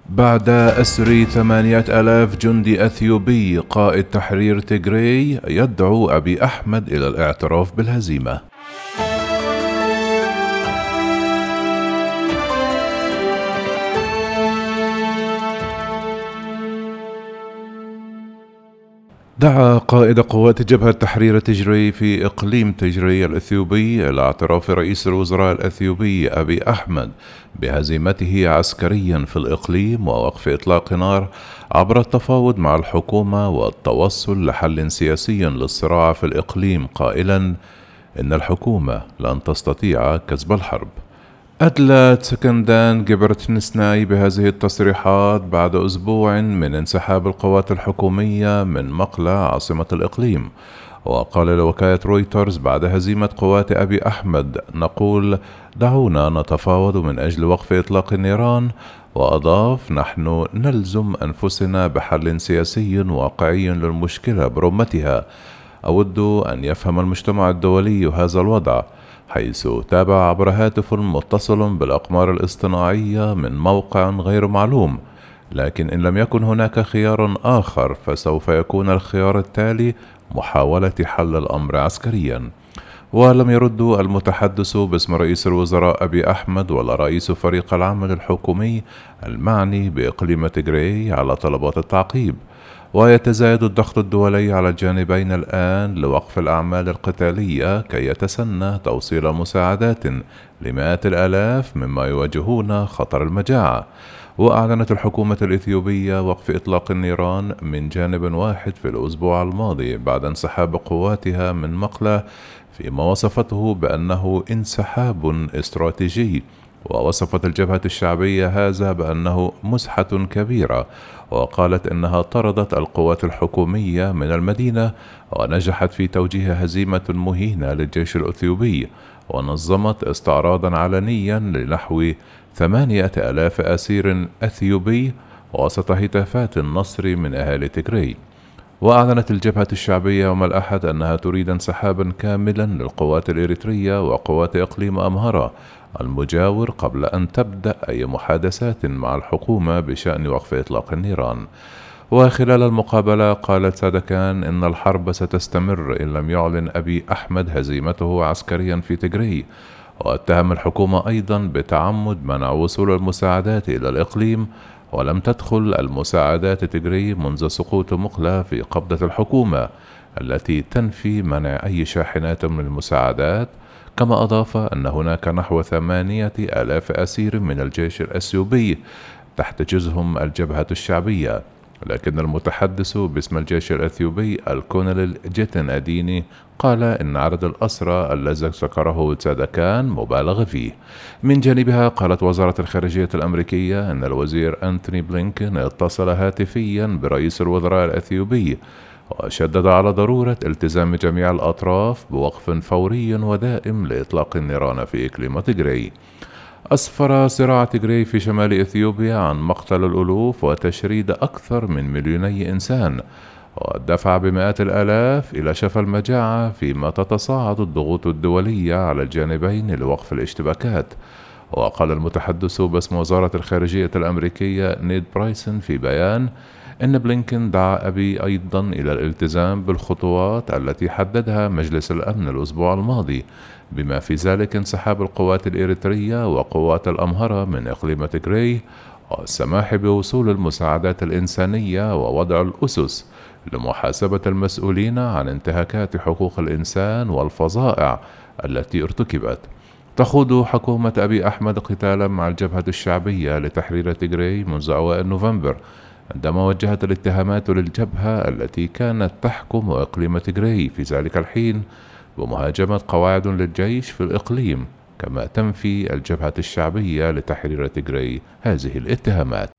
بعد أسر 8,000 جندي أثيوبي، قائد تحرير تيغراي يدعو أبي أحمد إلى الاعتراف بالهزيمة. دعا قائد قوات جبهة تحرير تيغراي في إقليم تيغراي الإثيوبي إلى اعتراف رئيس الوزراء الأثيوبي أبي أحمد بهزيمته عسكريا في الإقليم ووقف إطلاق نار عبر التفاوض مع الحكومة والتوصل لحل سياسي للصراع في الإقليم، قائلا إن الحكومة لن تستطيع كسب الحرب. أدلت سكندان جبرتنسناي بهذه التصريحات بعد أسبوع من انسحاب القوات الحكومية من مقلع عاصمة الإقليم. وقال لوكالة رويترز بعد هزيمة قوات أبي أحمد: نقول دعونا نتفاوض من أجل وقف إطلاق النيران. وأضاف: نحن نلزم أنفسنا بحل سياسي واقعي للمشكلة برمتها. أود أن يفهم المجتمع الدولي هذا الوضع، حيث تابع عبر هاتف متصل بالأقمار الاصطناعية من موقع غير معلوم، لكن إن لم يكن هناك خيار آخر فسوف يكون الخيار التالي محاولة حل الأمر عسكريا. ولم يرد المتحدث باسم رئيس الوزراء أبي أحمد ولا رئيس فريق العمل الحكومي المعني بإقليم تيغراي على طلبات التعقيب. ويتزايد الضغط الدولي على الجانبين الآن لوقف الأعمال القتالية كي يتسنى توصيل مساعدات لمئات الآلاف مما يواجهون خطر المجاعة. وأعلنت الحكومة الإثيوبية وقف إطلاق النيران من جانب واحد في الأسبوع الماضي بعد انسحاب قواتها من مقلة، فيما وصفته بأنه انسحاب استراتيجي. ووصفت الجبهة الشعبية هذا بأنه مزحة كبيرة، وقالت إنها طردت القوات الحكومية من المدينة ونجحت في توجيه هزيمة مهينة للجيش الأثيوبي، ونظمت استعراضا علنيا لنحو 8,000 أسير أثيوبي وسط هتافات النصر من أهالي تيغراي. وأعلنت الجبهة الشعبية يوم الأحد أنها تريد انسحابا كاملا للقوات الإريترية وقوات إقليم أمهرة المجاور قبل أن تبدأ أي محادثات مع الحكومة بشأن وقف إطلاق النيران. وخلال المقابلة قالت سادكان إن الحرب ستستمر إن لم يعلن أبي أحمد هزيمته عسكريا في تيغراي. واتهم الحكومة أيضا بتعمد منع وصول المساعدات إلى الإقليم، ولم تدخل المساعدات تيغراي منذ سقوط مقلة في قبضة الحكومة التي تنفي منع أي شاحنات من المساعدات. كما أضاف أن هناك نحو 8,000 أسير من الجيش الأثيوبي تحتجزهم الجبهة الشعبية، لكن المتحدث باسم الجيش الأثيوبي الكولونيل جيتن أديني قال إن عدد الأسرى الذي ذكره سادكان مبالغ فيه. من جانبها قالت وزارة الخارجية الأمريكية أن الوزير أنتوني بلينكن اتصل هاتفيا برئيس الوزراء الأثيوبي وشدد على ضرورة التزام جميع الأطراف بوقف فوري ودائم لإطلاق النيران في إقليم تيغراي. أسفر صراع تيغراي في شمال إثيوبيا عن مقتل الألوف وتشريد أكثر من 2,000,000 إنسان، والدفع بمئات الآلاف إلى شفا المجاعة، فيما تتصاعد الضغوط الدولية على الجانبين لوقف الاشتباكات. وقال المتحدث باسم وزارة الخارجية الأمريكية نيد برايسون في بيان إن بلينكن دعا أبي أيضا إلى الالتزام بالخطوات التي حددها مجلس الأمن الأسبوع الماضي، بما في ذلك انسحاب القوات الإريترية وقوات الأمهرة من إقليم تيغراي، والسماح بوصول المساعدات الإنسانية ووضع الأسس لمحاسبة المسؤولين عن انتهاكات حقوق الإنسان والفظائع التي ارتكبت. تخوض حكومة أبي أحمد قتالا مع الجبهة الشعبية لتحرير تيغراي منذ أوائل نوفمبر، عندما وجهت الاتهامات للجبهة التي كانت تحكم إقليم تيغراي في ذلك الحين بمهاجمة قواعد للجيش في الإقليم، كما تنفي الجبهة الشعبية لتحرير تيغراي هذه الاتهامات.